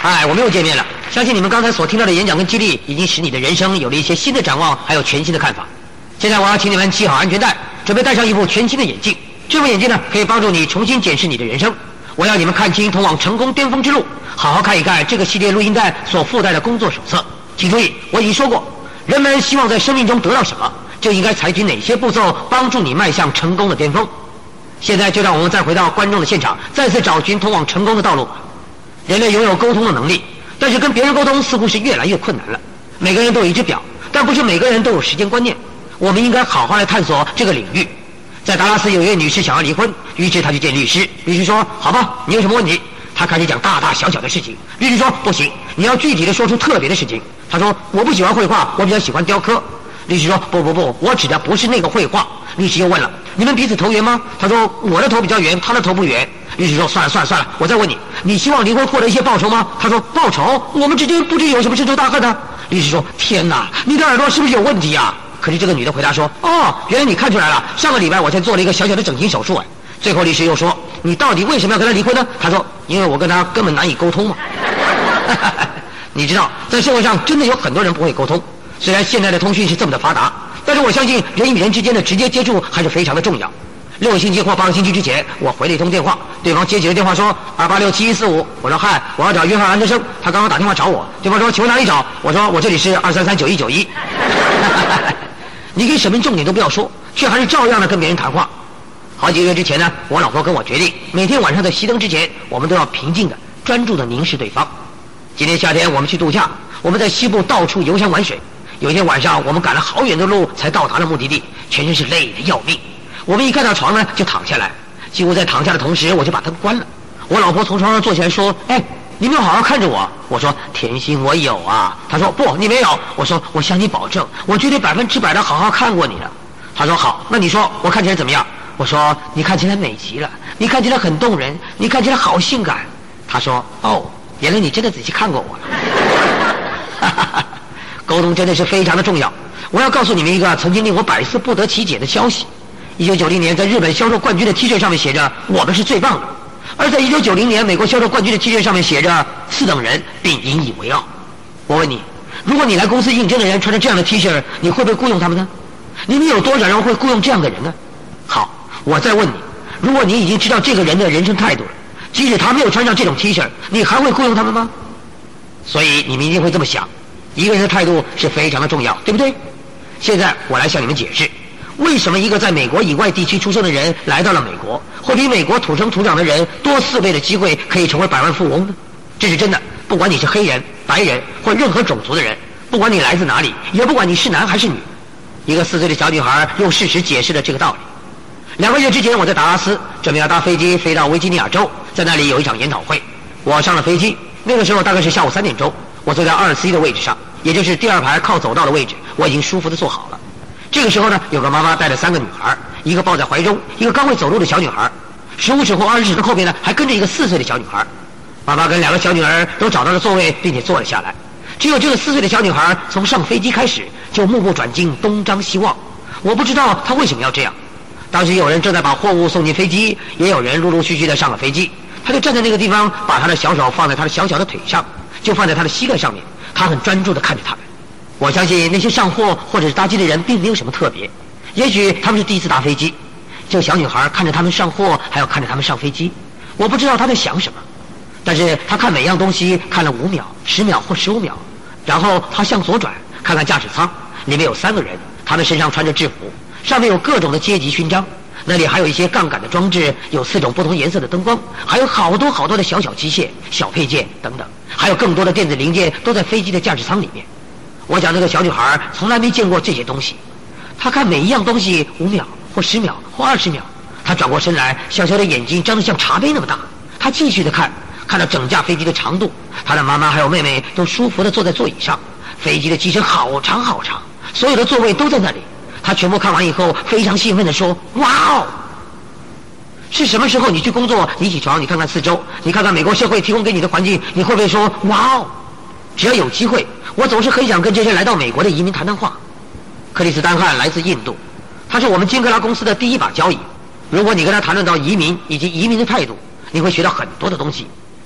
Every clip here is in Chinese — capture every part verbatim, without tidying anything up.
哎，我们又见面了。相信你们刚才所听到的演讲跟激励，已经使你的人生有了一些新的展望，还有全新的看法。现在我要请你们系好安全带，准备戴上一副全新的眼镜。这副眼镜呢，可以帮助你重新检视你的人生。我要你们看清通往成功巅峰之路，好好看一看这个系列录音带所附带的工作手册。请注意，我已经说过，人们希望在生命中得到什么，就应该采取哪些步骤帮助你迈向成功的巅峰。现在就让我们再回到观众的现场，再次找寻通往成功的道路。人类拥有沟通的能力，但是跟别人沟通似乎是越来越困难了。每个人都有一只表，但不是每个人都有时间观念。我们应该好好来探索这个领域。在达拉斯有一位女士想要离婚，于是她去见律师。律师说：好吧，你有什么问题？她开始讲大大小小的事情。律师说：不行，你要具体的说出特别的事情。她说：我不喜欢绘画，我比较喜欢雕刻。律师说：不不不，我指的不是那个绘画。律师又问了：你们彼此投缘吗？他说：我的头比较圆，他的头不圆。律师说：算了算了算了，我再问你，你希望离婚获得一些报酬吗？他说：报酬？我们之间不知有什么深仇大恨呢？律师说：天哪，你的耳朵是不是有问题啊？可是这个女的回答说：哦，原来你看出来了，上个礼拜我才做了一个小小的整形手术。哎，最后律师又说：你到底为什么要跟他离婚呢？他说：因为我跟他根本难以沟通嘛。你知道，在社会上真的有很多人不会沟通，虽然现在的通讯是这么的发达，但是我相信人与人之间的直接接触还是非常的重要。六个星期或八个星期之前，我回了一通电话，对方接起了电话说二八六七一四五，我说嗨，我要找约翰安德生，他刚刚打电话找我。对方说请问哪里找？我说我这里是二三三九一九一。你可以什么重点都不要说，却还是照样的跟别人谈话。好几个月之前呢，我老婆跟我决定，每天晚上在熄灯之前，我们都要平静的、专注的凝视对方。今年夏天我们去度假，我们在西部到处游山玩水。有一天晚上，我们赶了好远的路才到达了目的地，全身是累得要命。我们一看到床呢，就躺下来，几乎在躺下的同时，我就把灯关了。我老婆从床上坐起来说：哎，你没有好好看着我。我说：甜心，我有啊。她说：不，你没有。我说：我向你保证，我绝对百分之百的好好看过你了。她说：好，那你说我看起来怎么样？我说：你看起来美极了，你看起来很动人，你看起来好性感。她说：哦，原来你真的仔细看过我了。沟通真的是非常的重要。我要告诉你们一个曾经令我百思不得其解的消息。一九九零年，在日本销售冠军的 T 恤上面写着我们是最棒的，而在一九九零年美国销售冠军的 T 恤上面写着次等人，并引以为傲。我问你，如果你来公司应征的人穿着这样的 T 恤，你会不会雇佣他们呢？你们有多少人会雇佣这样的人呢？好，我再问你，如果你已经知道这个人的人生态度了，即使他没有穿上这种 T 恤，你还会雇佣他们吗？所以你们一定会这么想，一个人的态度是非常的重要，对不对？现在我来向你们解释，为什么一个在美国以外地区出生的人来到了美国，会比美国土生土长的人多四倍的机会可以成为百万富翁呢？这是真的，不管你是黑人、白人或任何种族的人，不管你来自哪里，也不管你是男还是女。一个四岁的小女孩用事实解释了这个道理。两个月之前，我在达拉斯准备要搭飞机飞到维吉尼亚州，在那里有一场研讨会。我上了飞机，那个时候大概是下午三点钟，我坐在二 C 的位置上，也就是第二排靠走道的位置，我已经舒服地坐好了。这个时候呢，有个妈妈带着三个女孩，一个抱在怀中，一个刚会走路的小女孩，十五尺或二十尺的后面呢，还跟着一个四岁的小女孩。妈妈跟两个小女儿都找到了座位，并且坐了下来。只有这个四岁的小女孩从上飞机开始就目不转睛，东张西望。我不知道她为什么要这样。当时有人正在把货物送进飞机，也有人陆陆续续的上了飞机。她就站在那个地方，把她的小手放在她的小小的腿上，就放在她的膝盖上面。她很专注地看着他们。我相信那些上货或者是搭机的人并没有什么特别，也许他们是第一次搭飞机。这个小女孩看着他们上货，还要看着他们上飞机，我不知道她在想什么，但是她看每样东西看了五秒、十秒或十五秒，然后她向左转，看看驾驶舱，里面有三个人，他们身上穿着制服，上面有各种的阶级勋章，那里还有一些杠杆的装置，有四种不同颜色的灯光，还有好多好多的小小机械、小配件等等，还有更多的电子零件都在飞机的驾驶舱里面。我想那个小女孩从来没见过这些东西，她看每一样东西五秒或十秒或二十秒，她转过身来，小小的眼睛张得像茶杯那么大，她继续的看，看到整架飞机的长度，她的妈妈还有妹妹都舒服的坐在座椅上，飞机的机身好长好长，所有的座位都在那里。她全部看完以后，非常兴奋的说：哇哦！是什么时候你去工作，你起床，你看看四周，你看看美国社会提供给你的环境，你会不会说哇哦？只要有机会，我总是很想跟这些来到美国的移民谈谈话。克里斯丹汉来自印度，他是我们金克拉公司的第一把交椅。如果你跟他谈论到移民以及移民的态度，你会学到很多的东西。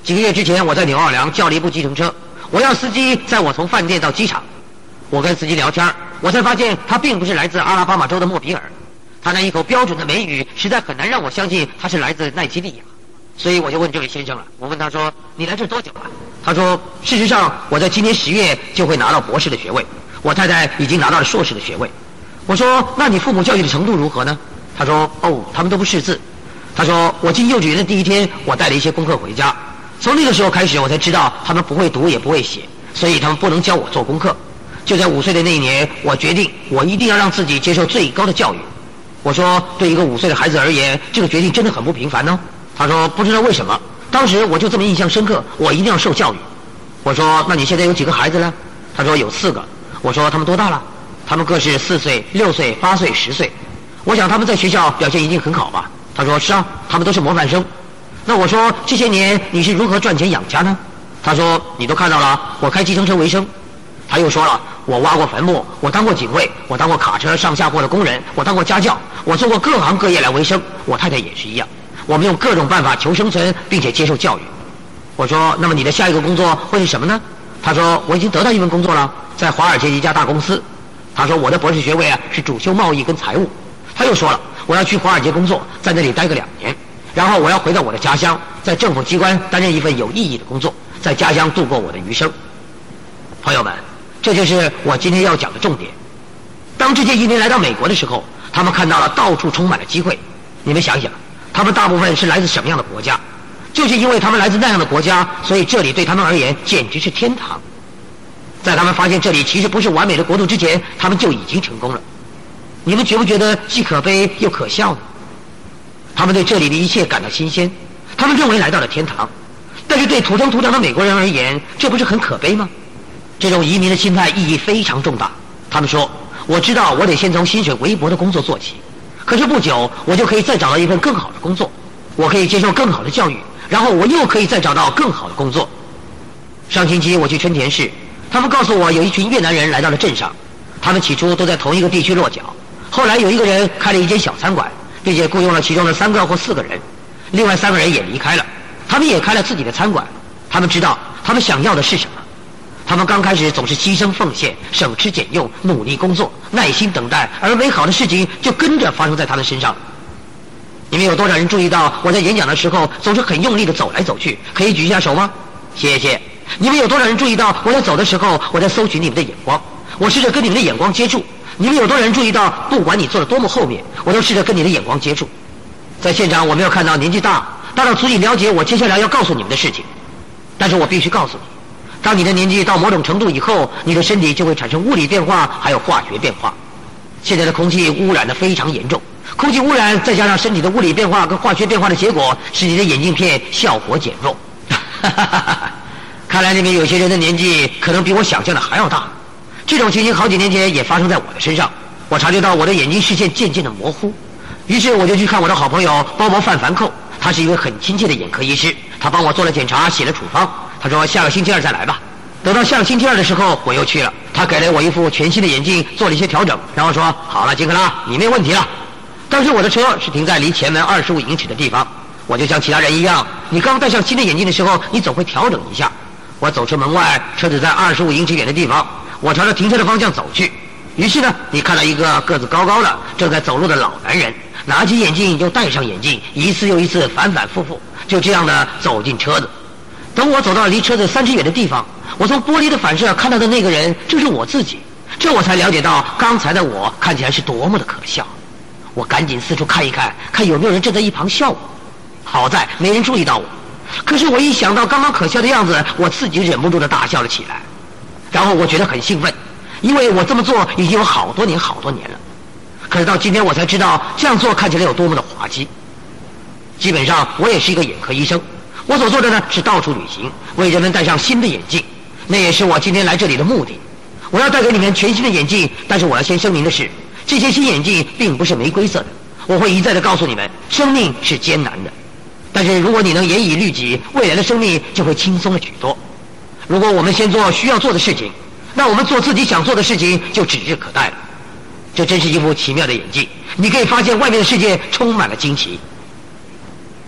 几个月之前，我在纽奥良叫了一部计程车，我让司机载我从饭店到机场。我跟司机聊天，我才发现他并不是来自阿拉巴马州的莫比尔，他那一口标准的美语实在很难让我相信他是来自奈及利亚。所以我就问这位先生了，我问他说：“你来这多久了？”他说：“事实上，我在今年十月就会拿到博士的学位，我太太已经拿到了硕士的学位。”我说：“那你父母教育的程度如何呢？”他说：“哦，他们都不识字。”他说：“我进幼稚园的第一天，我带了一些功课回家，从那个时候开始，我才知道他们不会读也不会写，所以他们不能教我做功课。就在五岁的那一年，我决定我一定要让自己接受最高的教育。”我说：“对一个五岁的孩子而言，这个决定真的很不平凡呢。”他说：“不知道为什么，当时我就这么印象深刻，我一定要受教育。”我说：“那你现在有几个孩子了？”他说：“有四个。”我说：“他们多大了？”他们各是四岁、六岁、八岁、十岁。我想他们在学校表现一定很好吧？他说：“是啊，他们都是模范生。”那我说：“这些年你是如何赚钱养家呢？”他说：“你都看到了，我开计程车为生。”他又说了：“我挖过坟墓，我当过警卫，我当过卡车上下货的工人，我当过家教，我做过各行各业来为生。我太太也是一样。我们用各种办法求生存，并且接受教育。”我说：“那么你的下一个工作会是什么呢？”他说：“我已经得到一份工作了，在华尔街一家大公司。”他说：“我的博士学位啊是主修贸易跟财务。”他又说了：“我要去华尔街工作，在那里待个两年，然后我要回到我的家乡，在政府机关担任一份有意义的工作，在家乡度过我的余生。”朋友们，这就是我今天要讲的重点。当这些移民来到美国的时候，他们看到了到处充满了机会。你们想想，他们大部分是来自什么样的国家？就是因为他们来自那样的国家，所以这里对他们而言简直是天堂。在他们发现这里其实不是完美的国度之前，他们就已经成功了。你们觉不觉得既可悲又可笑呢？他们对这里的一切感到新鲜，他们认为来到了天堂，但是对土生土长的美国人而言，这不是很可悲吗？这种移民的心态意义非常重大。他们说：“我知道我得先从薪水微薄的工作做起，可是不久我就可以再找到一份更好的工作，我可以接受更好的教育，然后我又可以再找到更好的工作。”上星期我去春田市，他们告诉我有一群越南人来到了镇上，他们起初都在同一个地区落脚，后来有一个人开了一间小餐馆，并且雇佣了其中的三个或四个人，另外三个人也离开了，他们也开了自己的餐馆。他们知道他们想要的是什么。他们刚开始总是牺牲奉献，省吃俭用，努力工作，耐心等待，而美好的事情就跟着发生在他们身上。你们有多少人注意到我在演讲的时候总是很用力地走来走去？可以举一下手吗？谢谢。你们有多少人注意到我在走的时候我在搜寻你们的眼光？我试着跟你们的眼光接触。你们有多少人注意到不管你坐得多么后面，我都试着跟你的眼光接触？在现场我没有看到年纪大大到足以了解我接下来要告诉你们的事情，但是我必须告诉你，当你的年纪到某种程度以后，你的身体就会产生物理变化还有化学变化。现在的空气污染得非常严重，空气污染再加上身体的物理变化跟化学变化的结果，使你的眼镜片效果减弱。看来你们有些人的年纪可能比我想象的还要大。这种情形好几年前也发生在我的身上，我察觉到我的眼睛视线渐渐的模糊，于是我就去看我的好朋友包伯范凡寇，他是一位很亲切的眼科医师，他帮我做了检查，写了处方，他说下个星期二再来吧。等到下个星期二的时候，我又去了，他给了我一副全新的眼镜，做了一些调整，然后说：“好了，金克拉，你没问题了。”当时我的车是停在离前门二十五英尺的地方，我就像其他人一样，你刚戴上新的眼镜的时候，你总会调整一下。我走出门外，车子在二十五英尺远的地方，我朝着停车的方向走去。于是呢，你看到一个个子高高的正在走路的老男人，拿起眼镜又戴上眼镜，一次又一次反反复复，就这样的走进车子。等我走到离车子三尺远的地方，我从玻璃的反射看到的那个人就是我自己，这我才了解到刚才的我看起来是多么的可笑。我赶紧四处看一看，看有没有人站在一旁笑我。好在没人注意到我，可是我一想到刚刚可笑的样子，我自己忍不住的大笑了起来。然后我觉得很兴奋，因为我这么做已经有好多年好多年了。可是到今天我才知道这样做看起来有多么的滑稽。基本上我也是一个眼科医生，我所做的呢是到处旅行，为人们戴上新的眼镜，那也是我今天来这里的目的。我要带给你们全新的眼镜，但是我要先声明的是，这些新眼镜并不是玫瑰色的。我会一再的告诉你们，生命是艰难的，但是如果你能严以律己，未来的生命就会轻松了许多。如果我们先做需要做的事情，那我们做自己想做的事情就指日可待了。这真是一副奇妙的眼镜，你可以发现外面的世界充满了惊奇。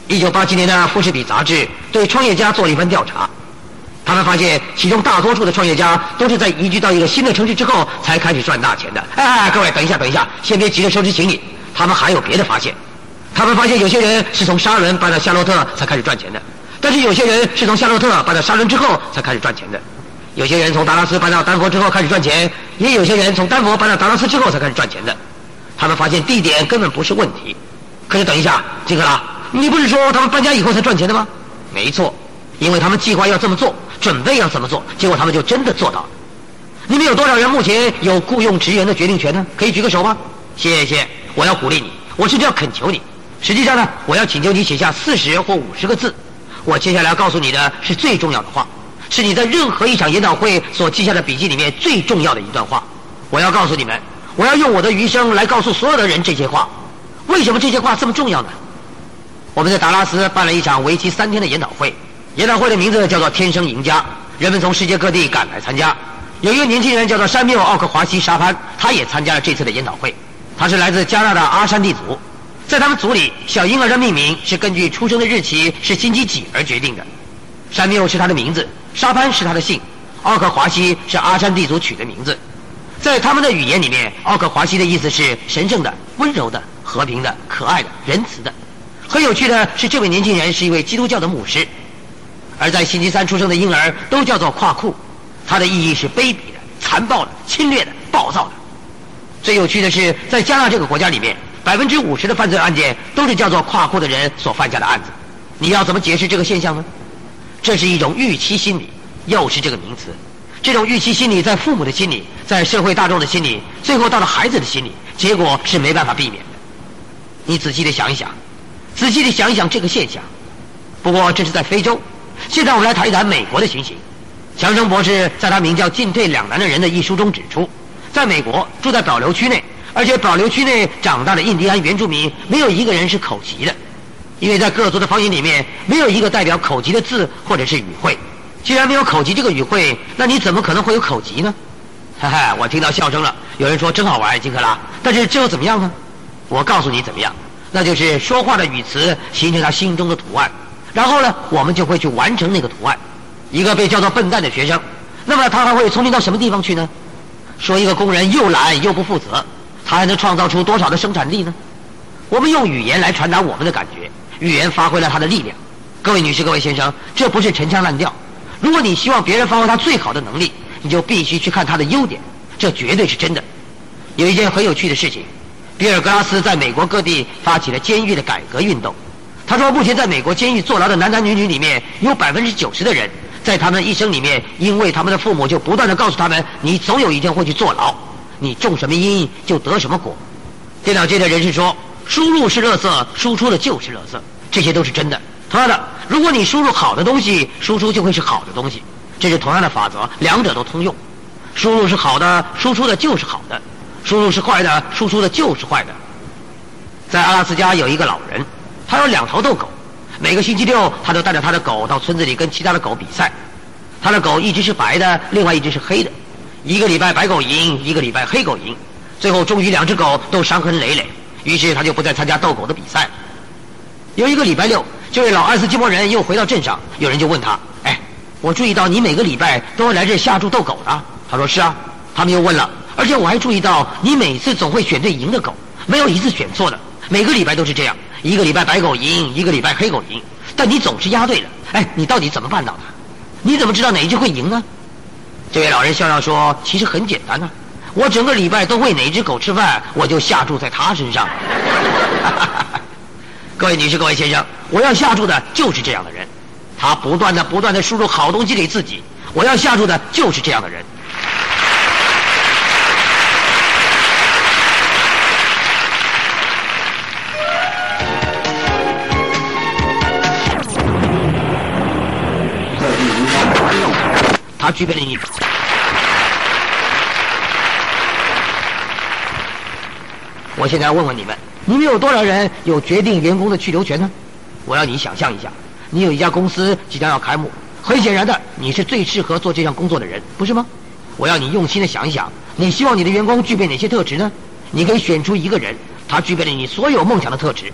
一九八七年的《富士比》杂志对创业家做了一番调查，他们发现其中大多数的创业家都是在移居到一个新的城市之后才开始赚大钱的。哎，各位等一下等一下，先别急着收拾行李，他们还有别的发现。他们发现有些人是从沙伦搬到夏洛特才开始赚钱的，但是有些人是从夏洛特搬到沙伦之后才开始赚钱的，有些人从达拉斯搬到丹佛之后开始赚钱，也有些人从丹佛搬到达拉斯之后才开始赚钱的。他们发现地点根本不是问题。可是等一下，金克拉，你不是说他们搬家以后才赚钱的吗？没错，因为他们计划要这么做，准备要这么做，结果他们就真的做到了。你们有多少人目前有雇佣职员的决定权呢？可以举个手吗？谢谢，我要鼓励你，我甚至要恳求你。实际上呢，我要请求你写下四十或五十个字。我接下来要告诉你的是最重要的话，是你在任何一场研讨会所记下的笔记里面最重要的一段话。我要告诉你们，我要用我的余生来告诉所有的人这些话。为什么这些话这么重要呢？我们在达拉斯办了一场为期三天的研讨会，研讨会的名字叫做天生赢家，人们从世界各地赶来参加。有一个年轻人叫做山缪·奥克华西·沙潘，他也参加了这次的研讨会。他是来自加拿大阿山地族，在他们族里，小婴儿的命名是根据出生的日期是星期几而决定的。山缪是他的名字，沙潘是他的姓，奥克华西是阿山地族取的名字。在他们的语言里面，奥克华西的意思是神圣的、温柔的、和平的、可爱的、仁慈的。很有趣的是，这位年轻人是一位基督教的牧师。而在星期三出生的婴儿都叫做夸库，它的意义是卑鄙的、残暴的、侵略的、暴躁的。最有趣的是，在加纳这个国家里面，百分之五十的犯罪案件都是叫做夸库的人所犯下的案子。你要怎么解释这个现象呢？这是一种预期心理，又是这个名词。这种预期心理在父母的心里，在社会大众的心里，最后到了孩子的心里，结果是没办法避免的。你仔细的想一想，仔细的想一想这个现象。不过这是在非洲，现在我们来谈一谈美国的情形。强生博士在他名叫《进退两难的人》的一书中指出，在美国住在保留区内，而且保留区内长大的印第安原住民没有一个人是口籍的，因为在各族的方言里面没有一个代表口籍的字或者是语汇。既然没有口籍这个语汇，那你怎么可能会有口籍呢？哈哈，我听到笑声了。有人说真好玩，金克拉，但是这又怎么样呢？我告诉你怎么样，那就是说话的语词形成他心中的图案，然后呢，我们就会去完成那个图案。一个被叫做笨蛋的学生，那么他还会聪明到什么地方去呢？说一个工人又懒又不负责，他还能创造出多少的生产力呢？我们用语言来传达我们的感觉，语言发挥了它的力量。各位女士、各位先生，这不是陈腔滥调。如果你希望别人发挥他最好的能力，你就必须去看他的优点，这绝对是真的。有一件很有趣的事情，比尔·格拉斯在美国各地发起了监狱的改革运动。他说，目前在美国监狱坐牢的男男女女里面，有百分之九十的人在他们一生里面，因为他们的父母就不断地告诉他们，你总有一天会去坐牢，你种什么因就得什么果。电脑界的人士说，输入是垃圾，输出的就是垃圾，这些都是真的。同样的，如果你输入好的东西，输出就会是好的东西，这是同样的法则，两者都通用。输入是好的，输出的就是好的；输入是坏的，输出的就是坏的。在阿拉斯加有一个老人，他有两头斗狗，每个星期六他都带着他的狗到村子里跟其他的狗比赛。他的狗一只是白的，另外一只是黑的，一个礼拜白狗赢，一个礼拜黑狗赢，最后终于两只狗都伤痕累累，于是他就不再参加斗狗的比赛了。有一个礼拜六，这位老爱斯基摩人又回到镇上，有人就问他，哎，我注意到你每个礼拜都会来这下注斗狗的。他说是啊。他们又问了，而且我还注意到你每次总会选对赢的狗，没有一次选错的，每个礼拜都是这样，一个礼拜白狗赢，一个礼拜黑狗赢，但你总是押对了。哎，你到底怎么办到的？你怎么知道哪一只会赢呢？这位老人笑笑说，其实很简单啊，我整个礼拜都喂哪只狗吃饭，我就下注在它身上。各位女士、各位先生，我要下注的就是这样的人，他不断的、不断的输入好东西给自己。我要下注的就是这样的人。他具备了你。我现在要问问你们，你们有多少人有决定员工的去留权呢？我要你想象一下，你有一家公司即将要开幕，很显然的，你是最适合做这项工作的人，不是吗？我要你用心的想一想，你希望你的员工具备哪些特质呢？你可以选出一个人，他具备了你所有梦想的特质。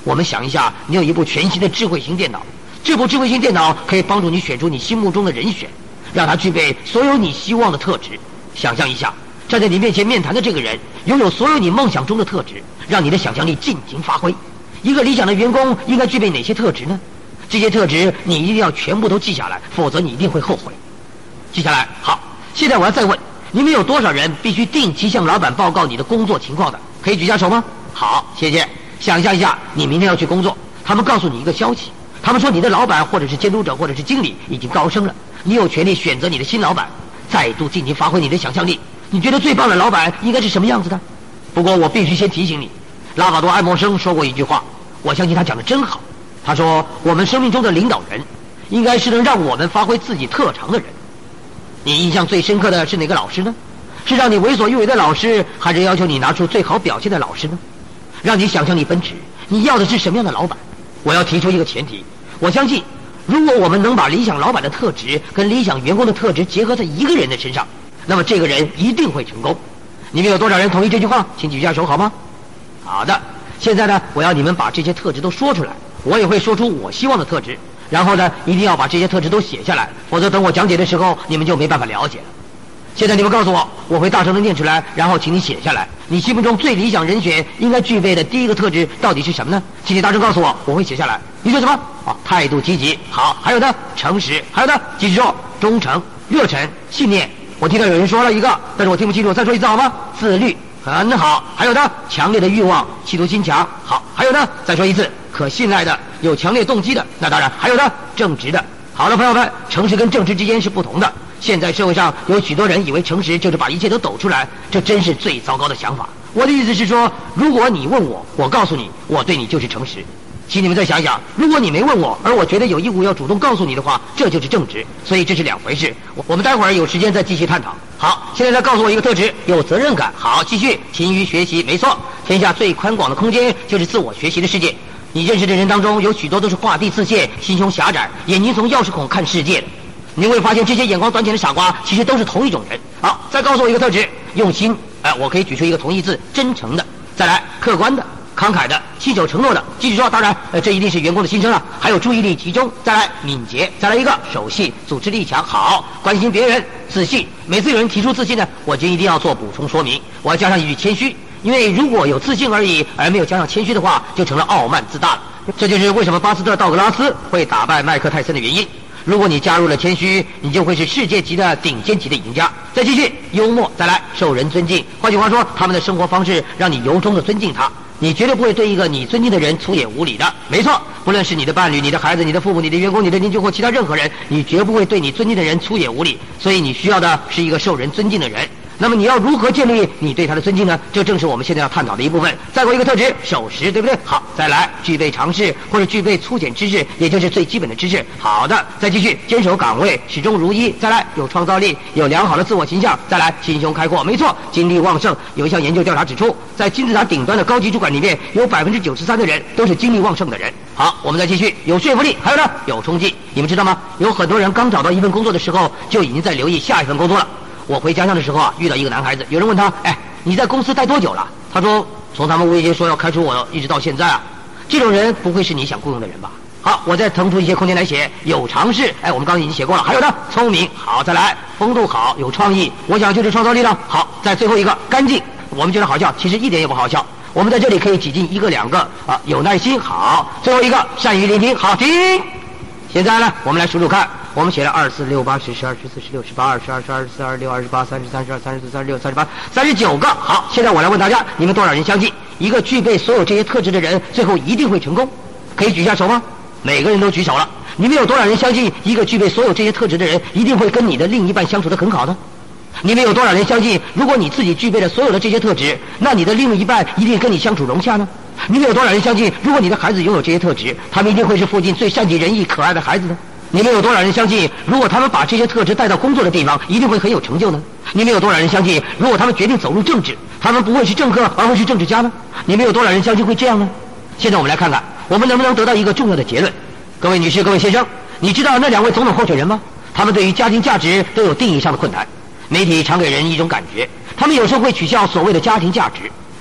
我们想一下，你有一部全新的智慧型电脑，这部智慧型电脑可以帮助你选出你心目中的人选，让他具备所有你希望的特质。想象一下，站在你面前面谈的这个人拥有所有你梦想中的特质，让你的想象力尽情发挥。一个理想的员工应该具备哪些特质呢？这些特质你一定要全部都记下来，否则你一定会后悔。记下来。好，现在我要再问，你们有多少人必须定期向老板报告你的工作情况的？可以举下手吗？好，谢谢。想象一下，你明天要去工作，他们告诉你一个消息，他们说你的老板或者是监督者或者是经理已经高升了，你有权利选择你的新老板，再度尽情发挥你的想象力。你觉得最棒的老板应该是什么样子的？不过我必须先提醒你，拉瓦多·爱默生说过一句话，我相信他讲得真好。他说，我们生命中的领导人应该是能让我们发挥自己特长的人。你印象最深刻的是哪个老师呢？是让你为所欲为的老师，还是要求你拿出最好表现的老师呢？让你想象力奔驰，你要的是什么样的老板？我要提出一个前提，我相信如果我们能把理想老板的特质跟理想员工的特质结合在一个人的身上，那么这个人一定会成功。你们有多少人同意这句话？请举下手好吗？好的，现在呢，我要你们把这些特质都说出来，我也会说出我希望的特质，然后呢，一定要把这些特质都写下来，否则等我讲解的时候，你们就没办法了解了。现在你们告诉我，我会大声的念出来，然后请你写下来，你心目中最理想人选应该具备的第一个特质到底是什么呢？请你大声告诉我，我会写下来。你说什么？啊，态度积极。好，还有呢，诚实。还有呢，继续说，忠诚、热忱、信念。我听到有人说了一个，但是我听不清楚，再说一次好吗？自律。很好。还有呢，强烈的欲望，企图心强。好，还有呢，再说一次，可信赖的，有强烈动机的。那当然，还有呢，正直的。好了，朋友们，诚实跟正直之间是不同的。现在社会上有许多人以为诚实就是把一切都抖出来，这真是最糟糕的想法。我的意思是说，如果你问我，我告诉你，我对你就是诚实。请你们再想想，如果你没问我，而我觉得有义务要主动告诉你的话，这就是正直。所以这是两回事。我我们待会儿有时间再继续探讨。好，现在再告诉我一个特质，有责任感。好，继续，勤于学习。没错，天下最宽广的空间就是自我学习的世界。你认识的人当中，有许多都是画地自限、心胸狭窄、眼睛从钥匙孔看世界的。你会发现这些眼光短浅的傻瓜其实都是同一种人。好，再告诉我一个特质，用心。哎，我可以举出一个同义字，真诚的。再来，客观的、慷慨的、信守承诺的。继续说，当然，呃，这一定是员工的心声了。还有注意力集中。再来，敏捷。再来一个，守信，组织力强。好，关心别人，自信。每次有人提出自信呢，我就一定要做补充说明，我要加上一句谦虚。因为如果有自信而已，而没有加上谦虚的话，就成了傲慢自大了。这就是为什么巴斯特道格拉斯会打败麦克泰森的原因。如果你加入了谦虚，你就会是世界级的顶尖级的赢家。再继续，幽默。再来，受人尊敬。换句话说，他们的生活方式让你由衷的尊敬他，你绝对不会对一个你尊敬的人粗野无礼的。没错，不论是你的伴侣、你的孩子、你的父母、你的员工、你的邻居或其他任何人，你绝不会对你尊敬的人粗野无礼。所以你需要的是一个受人尊敬的人。那么你要如何建立你对他的尊敬呢？这正是我们现在要探讨的一部分。再过一个特质，守时，对不对？好，再来，具备常识或者具备粗浅知识，也就是最基本的知识。好的，再继续，坚守岗位，始终如一。再来，有创造力，有良好的自我形象。再来，心胸开阔。没错，精力旺盛。有一项研究调查指出，在金字塔顶端的高级主管里面，有百分之九十三的人都是精力旺盛的人。好，我们再继续，有说服力，还有呢，有冲劲。你们知道吗？有很多人刚找到一份工作的时候，就已经在留意下一份工作了。我回家乡的时候啊，遇到一个男孩子，有人问他，哎，你在公司待多久了？他说，从他们物业街说要开除我，一直到现在啊。这种人不会是你想雇佣的人吧？好，我再腾出一些空间来写，有尝试，哎，我们刚刚已经写过了。还有呢，聪明，好，再来，风度好，有创意，我想就是创造力了。好，再最后一个，干净。我们觉得好笑，其实一点也不好笑。我们在这里可以挤进一个两个啊，有耐心，好，最后一个，善于聆听，好，停。现在呢，我们来数数看。我们写了二四六八十十二十四十六十八二十二十二十四二十六二十八三十三十二三十四三十六三十八三十九个。好，现在我来问大家，你们多少人相信一个具备所有这些特质的人最后一定会成功？可以举下手吗？每个人都举手了。你们有多少人相信一个具备所有这些特质的人一定会跟你的另一半相处得很好呢？你们有多少人相信，如果你自己具备了所有的这些特质，那你的另一半一定跟你相处融洽呢？你们有多少人相信，如果你的孩子拥有这些特质，他们一定会是附近最善解人意、可爱的孩子呢？你们有多少人相信，如果他们把这些特质带到工作的地方，一定会很有成就呢？你们有多少人相信，如果他们决定走入政治，他们不会是政客，而会是政治家呢？你们有多少人相信会这样呢？现在我们来看看，我们能不能得到一个重要的结论。各位女士、各位先生，你知道那两位总统候选人吗？他们对于家庭价值都有定义上的困难。媒体常给人一种感觉，他们有时候会取笑所谓的家庭价值，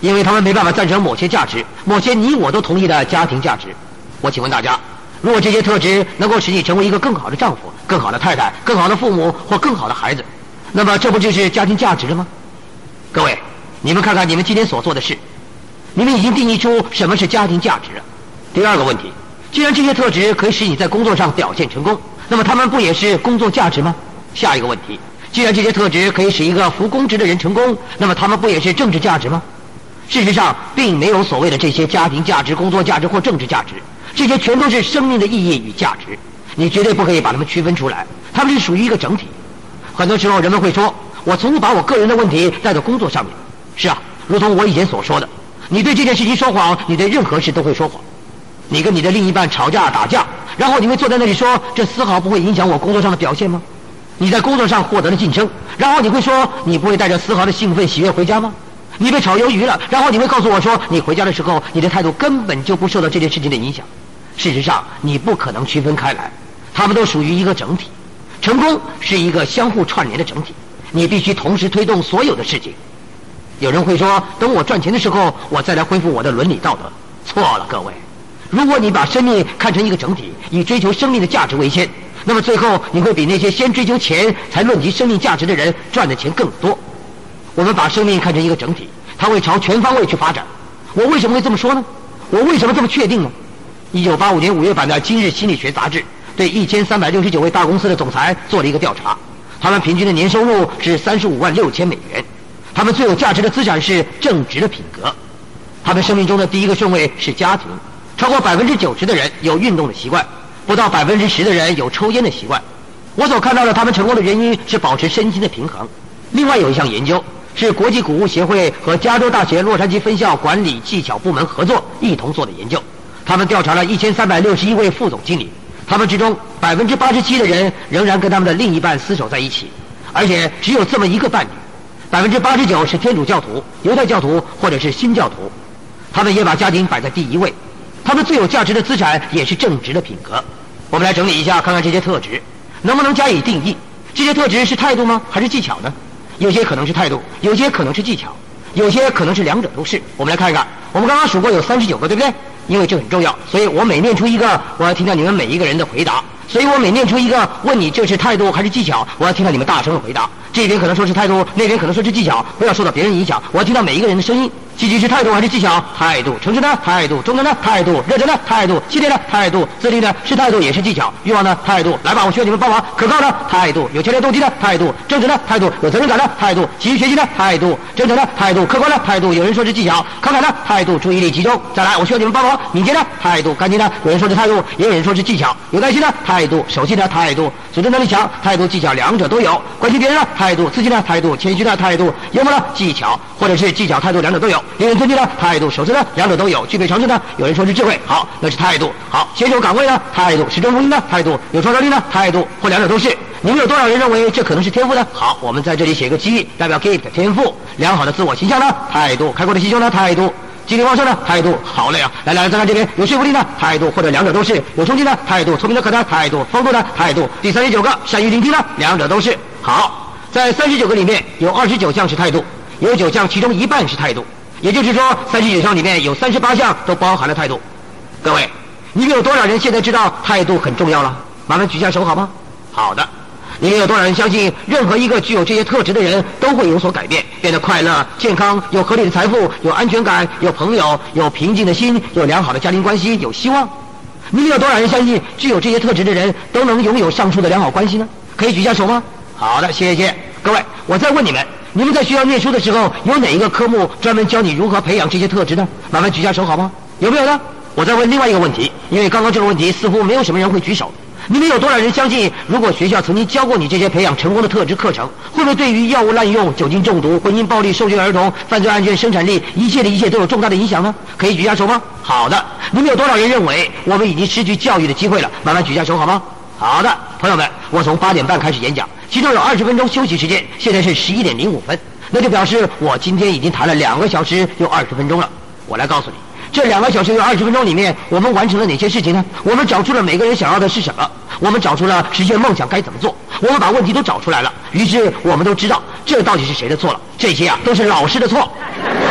因为他们没办法赞成某些价值，某些你我都同意的家庭价值。我请问大家，如果这些特质能够使你成为一个更好的丈夫、更好的太太、更好的父母或更好的孩子，那么这不就是家庭价值了吗？各位，你们看看你们今天所做的事，你们已经定义出什么是家庭价值了。第二个问题，既然这些特质可以使你在工作上表现成功，那么他们不也是工作价值吗？下一个问题，既然这些特质可以使一个服公职的人成功，那么他们不也是政治价值吗？事实上并没有所谓的这些家庭价值、工作价值或政治价值，这些全都是生命的意义与价值，你绝对不可以把它们区分出来，它们是属于一个整体。很多时候人们会说，我从不把我个人的问题带到工作上面。是啊，如同我以前所说的，你对这件事情说谎，你对任何事都会说谎。你跟你的另一半吵架打架，然后你会坐在那里说，这丝毫不会影响我工作上的表现吗？你在工作上获得了晋升，然后你会说，你不会带着丝毫的兴奋喜悦回家吗？你被炒鱿鱼了，然后你会告诉我说，你回家的时候你的态度根本就不受到这件事情的影响。事实上你不可能区分开来，它们都属于一个整体。成功是一个相互串联的整体，你必须同时推动所有的事情。有人会说，等我赚钱的时候我再来恢复我的伦理道德。错了，各位，如果你把生命看成一个整体，以追求生命的价值为先，那么最后你会比那些先追求钱才论及生命价值的人赚的钱更多。我们把生命看成一个整体，它会朝全方位去发展。我为什么会这么说呢？我为什么这么确定呢？一九八五年五月版的《今日心理学》杂志对一千三百六十九位大公司的总裁做了一个调查，他们平均的年收入是三十五万六千美元，他们最有价值的资产是正直的品格，他们生命中的第一个顺位是家庭，超过百分之九十的人有运动的习惯，不到百分之十的人有抽烟的习惯。我所看到的他们成功的原因是保持身心的平衡。另外有一项研究是国际谷物协会和加州大学洛杉矶分校管理技巧部门合作一同做的研究，他们调查了一千三百六十一位副总经理，他们之中百分之八十七的人仍然跟他们的另一半厮守在一起，而且只有这么一个伴侣。百分之八十九是天主教徒、犹太教徒或者是新教徒，他们也把家庭摆在第一位。他们最有价值的资产也是正直的品格。我们来整理一下，看看这些特质能不能加以定义。这些特质是态度吗？还是技巧呢？有些可能是态度，有些可能是技巧，有些可能是两者都是。我们来看一看，我们刚刚数过有三十九个，对不对？因为这很重要，所以我每念出一个，我要听到你们每一个人的回答。所以我每念出一个，问你这是态度还是技巧，我要听到你们大声的回答。这边可能说是态度，那边可能说是技巧，不要受到别人影响，我要听到每一个人的声音。积极是态度还是技巧？态度。诚实呢？态度。忠诚呢？态度。热忱呢？态度。系列呢？态度。自律呢？是态度也是技巧。欲望呢？态度。来吧，我需要你们帮忙。可靠呢？态度。有强烈动机呢？态度。正直呢？态度。有责任感呢？态度。急于学习呢？态度。真诚呢？态度。客观呢？态度。有人说是技巧。慷慨呢？态度。注意力集中。再来，我需要你们帮忙。敏捷呢？态度。干净呢？有人说是态度，也有人说是技巧。有耐心呢？态度。守信呢？态度。组织能力强，态度技巧两者都有。关心别人呢？态度。自信呢？态度。谦虚的态度。幽默呢？技巧，或者是技巧态度两者都有。令人尊敬呢？态度。守时呢？两者都有。具备常识呢？有人说是智慧，好，那是态度。好，坚守岗位呢？态度。始终如一呢？态度。有创造力呢？态度。或两者都是。你们有多少人认为这可能是天赋呢？好，我们在这里写个 G， 代表 gift 天赋。良好的自我形象呢？态度。开阔的心胸呢？态度。精力旺盛呢？态度。好嘞啊！来来，再看这边，有说服力呢？态度，或者两者都是。有冲劲呢？态度。聪明的可呢？态度。风度呢？态度。第三十九个，善于聆听呢？两者都是。好，在三十九个里面有二十九项是态度，有九项其中一半是态度，也就是说三十九项里面有三十八项都包含了态度。各位，你们有多少人现在知道态度很重要了？麻烦举下手好吗？好的。你们有多少人相信任何一个具有这些特质的人都会有所改变，变得快乐、健康，有合理的财富，有安全感，有朋友，有平静的心，有良好的家庭关系，有希望？你们有多少人相信具有这些特质的人都能拥有上述的良好关系呢？可以举下手吗？好的，谢谢各位。我再问你们，你们在学校念书的时候有哪一个科目专门教你如何培养这些特质呢？麻烦举下手好吗？有没有呢？我再问另外一个问题，因为刚刚这个问题似乎没有什么人会举手。你们有多少人相信，如果学校曾经教过你这些培养成功的特质课程，会不会对于药物滥用、酒精中毒、婚姻暴力、受虐儿童、犯罪案件、生产力，一切的一切都有重大的影响呢？可以举下手吗？好的。你们有多少人认为我们已经失去教育的机会了？麻烦举下手好吗？好的，朋友们，我从八点半开始演讲，其中有二十分钟休息时间，现在是十一点零五分，那就表示我今天已经谈了两个小时又二十分钟了。我来告诉你，这两个小时又二十分钟里面，我们完成了哪些事情呢？我们找出了每个人想要的是什么，我们找出了实现梦想该怎么做，我们把问题都找出来了，于是我们都知道这到底是谁的错了。这些啊都是老师的错。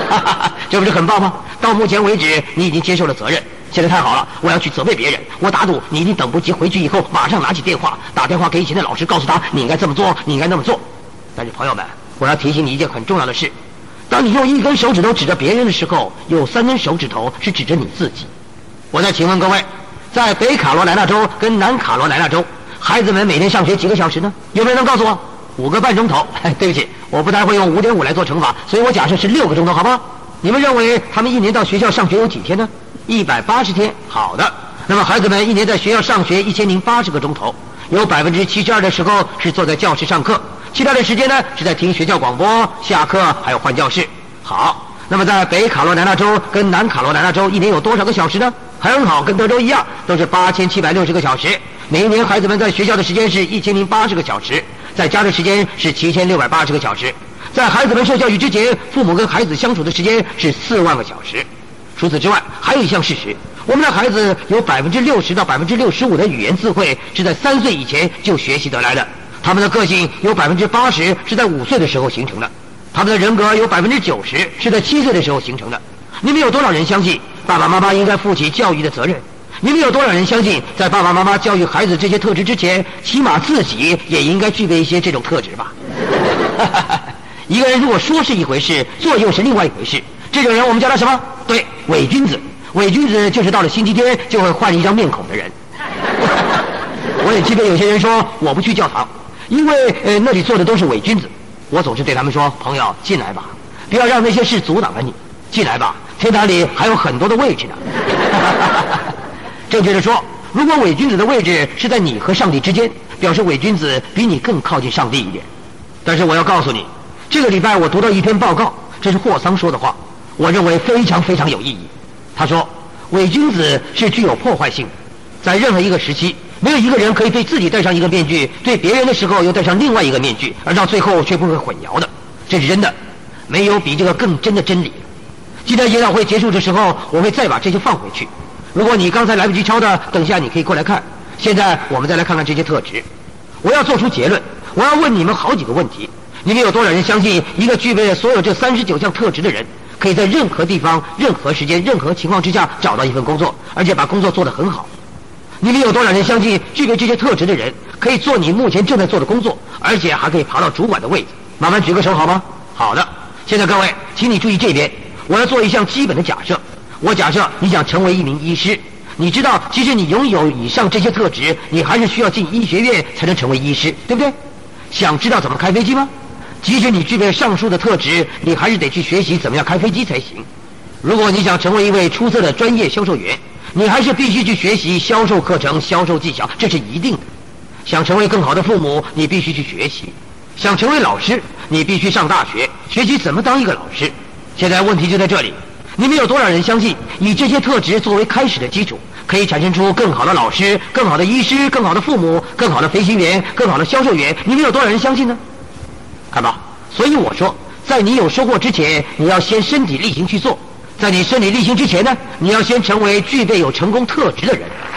这不是很棒吗？到目前为止，你已经接受了责任。现在太好了，我要去责备别人。我打赌你一定等不及回去以后，马上拿起电话，打电话给以前的老师，告诉他你应该这么做，你应该那么做。但是朋友们，我要提醒你一件很重要的事：当你用一根手指头指着别人的时候，有三根手指头是指着你自己。我再请问各位，在北卡罗来纳州跟南卡罗来纳州，孩子们每天上学几个小时呢？有没有人告诉我？五个半钟头。对不起，我不太会用五点五来做乘法，所以我假设是六个钟头，好不好？你们认为他们一年到学校上学有几天呢？一百八十天。好的，那么孩子们一年在学校上学一千零八十个钟头，有百分之七十二的时候是坐在教室上课，其他的时间呢是在听学校广播、下课还有换教室。好，那么在北卡罗来纳州跟南卡罗来纳州一年有多少个小时呢？很好，跟德州一样，都是八千七百六十个小时。每一年孩子们在学校的时间是一千零八十个小时，在家的时间是七千六百八十个小时。在孩子们受教育之前，父母跟孩子相处的时间是四万个小时。除此之外，还有一项事实，我们的孩子有百分之六十到百分之六十五的语言智慧是在三岁以前就学习得来的，他们的个性有百分之八十是在五岁的时候形成的，他们的人格有百分之九十是在七岁的时候形成的。你们有多少人相信爸爸妈妈应该负起教育的责任？你们有多少人相信在爸爸妈妈教育孩子这些特质之前，起码自己也应该具备一些这种特质吧？一个人如果说是一回事，做又是另外一回事，这种人我们叫他什么？对，伪君子。伪君子就是到了星期天就会换一张面孔的人。我也记得有些人说我不去教堂，因为呃那里坐的都是伪君子。我总是对他们说，朋友进来吧，不要让那些事阻挡了你，进来吧，天堂里还有很多的位置呢。正确的说，如果伪君子的位置是在你和上帝之间，表示伪君子比你更靠近上帝一点。但是我要告诉你，这个礼拜我读到一篇报告，这是霍桑说的话，我认为非常非常有意义。他说，伪君子是具有破坏性的，在任何一个时期，没有一个人可以对自己戴上一个面具，对别人的时候又戴上另外一个面具，而到最后却不会混淆的。这是真的，没有比这个更真的真理。今天研讨会结束的时候，我会再把这些放回去。如果你刚才来不及抄的，等一下你可以过来看。现在我们再来看看这些特质。我要做出结论，我要问你们好几个问题。你们有多少人相信一个具备了所有这三十九项特质的人，可以在任何地方、任何时间、任何情况之下找到一份工作，而且把工作做得很好？你们有多少人相信具备这些特质的人可以做你目前正在做的工作，而且还可以爬到主管的位置？麻烦举个手好吗？好的。现在各位，请你注意这边，我要做一项基本的假设。我假设你想成为一名医师，你知道即使你拥有以上这些特质，你还是需要进医学院才能成为医师，对不对？想知道怎么开飞机吗？即使你具备上述的特质，你还是得去学习怎么样开飞机才行。如果你想成为一位出色的专业销售员，你还是必须去学习销售课程、销售技巧，这是一定的。想成为更好的父母，你必须去学习。想成为老师，你必须上大学，学习怎么当一个老师。现在问题就在这里，你们有多少人相信以这些特质作为开始的基础，可以产生出更好的老师、更好的医师、更好的父母、更好的飞行员、更好的销售员？你们有多少人相信呢？看吧，所以我说，在你有收获之前，你要先身体力行去做；在你身体力行之前呢，你要先成为具备有成功特质的人。